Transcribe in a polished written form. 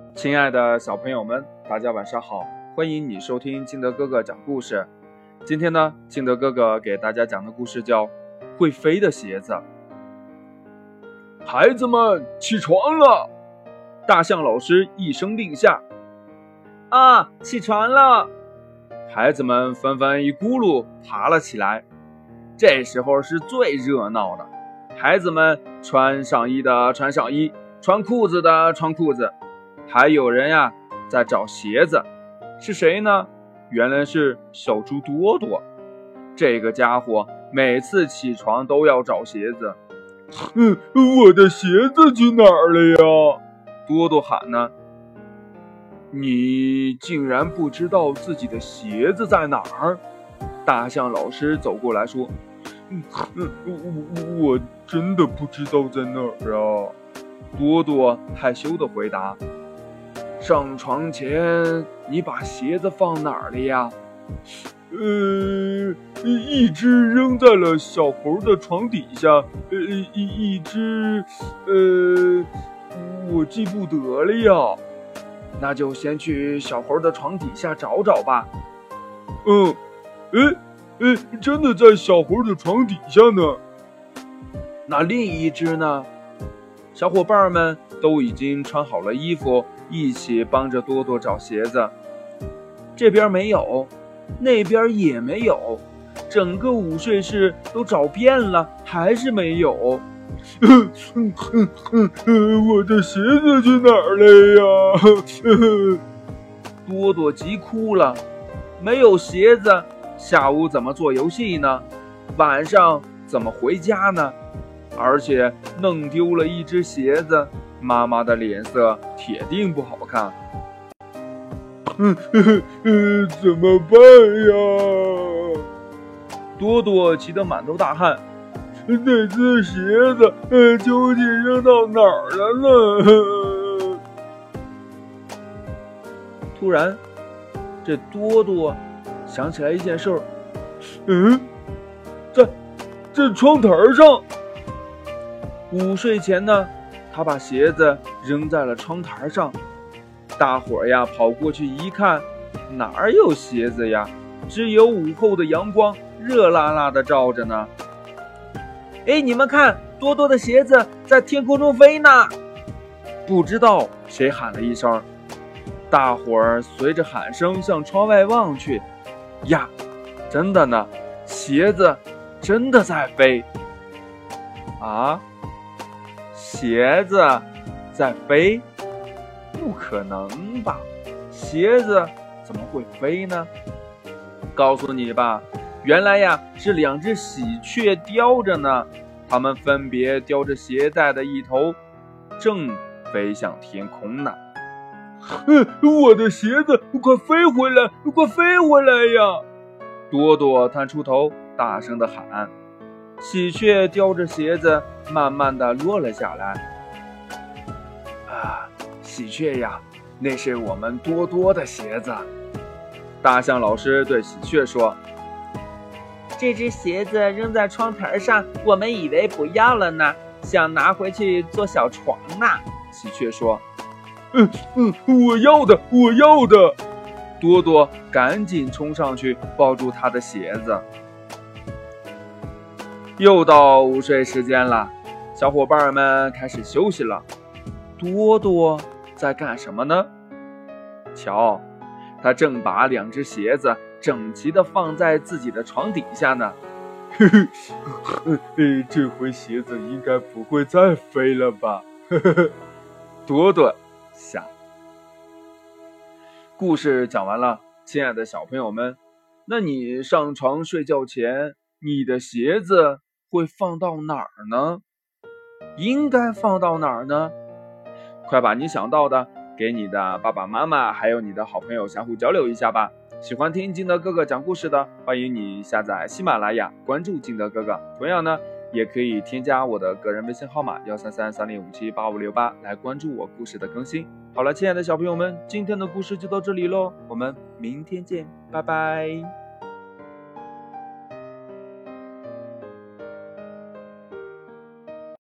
亲爱的小朋友们，大家晚上好，欢迎你收听金德哥哥讲故事。今天呢，金德哥哥给大家讲的故事叫《会飞的鞋子》。孩子们起床了！大象老师一声令下。 啊，起床了！ 孩子们纷纷一咕噜爬了起来。这时候是最热闹的，孩子们穿上衣的穿上衣，穿裤子的穿裤子，还有人呀在找鞋子。是谁呢？原来是小猪多多。这个家伙每次起床都要找鞋子。我的鞋子去哪儿了呀？多多喊呢。你竟然不知道自己的鞋子在哪儿？大象老师走过来说。我真的不知道在哪儿啊。多多害羞地回答。上床前你把鞋子放哪儿了呀？一只扔在了小猴的床底下，一只我记不得了呀。那就先去小猴的床底下找找吧。真的在小猴的床底下呢。那另一只呢？小伙伴们都已经穿好了衣服，一起帮着多多找鞋子。这边没有，那边也没有，整个午睡室都找遍了，还是没有。我的鞋子去哪儿了呀？多多急哭了，没有鞋子，下午怎么做游戏呢？晚上怎么回家呢？而且弄丢了一只鞋子，妈妈的脸色铁定不好看。怎么办呀？多多急得满头大汗。那只鞋子究竟扔到哪儿了呢？突然，这多多想起来一件事儿。在窗台上。午睡前呢，他把鞋子扔在了窗台上。大伙儿呀跑过去一看，哪儿有鞋子呀？只有午后的阳光热辣辣的照着呢。 你们看，多多的鞋子在天空中飞呢！ 不知道谁喊了一声，大伙儿随着喊声向窗外望去。呀，真的呢，鞋子真的在飞。啊？鞋子在飞？不可能吧，鞋子怎么会飞呢？告诉你吧，原来呀是两只喜鹊叼着呢，它们分别叼着鞋带的一头，正飞向天空呢。我的鞋子快飞回来，快飞回来呀！多多探出头大声地喊。喜鹊叼着鞋子慢慢地落了下来。喜鹊呀，那是我们多多的鞋子。大象老师对喜鹊说。 这只鞋子扔在窗台上，我们以为不要了呢，想拿回去做小床呢。 喜鹊说。我要的，我要的！多多赶紧冲上去抱住他的鞋子。又到午睡时间了，小伙伴们开始休息了。多多在干什么呢？瞧，他正把两只鞋子整齐地放在自己的床底下呢。这回鞋子应该不会再飞了吧？多多想。故事讲完了，亲爱的小朋友们，那你上床睡觉前，你的鞋子会放到哪儿呢？应该放到哪儿呢？快把你想到的给你的爸爸妈妈还有你的好朋友相互交流一下吧。喜欢听金德哥哥讲故事的，欢迎你下载喜马拉雅，关注金德哥哥。同样呢，也可以添加我的个人微信号码13330578568来关注我故事的更新。好了，亲爱的小朋友们，今天的故事就到这里咯，我们明天见，拜拜。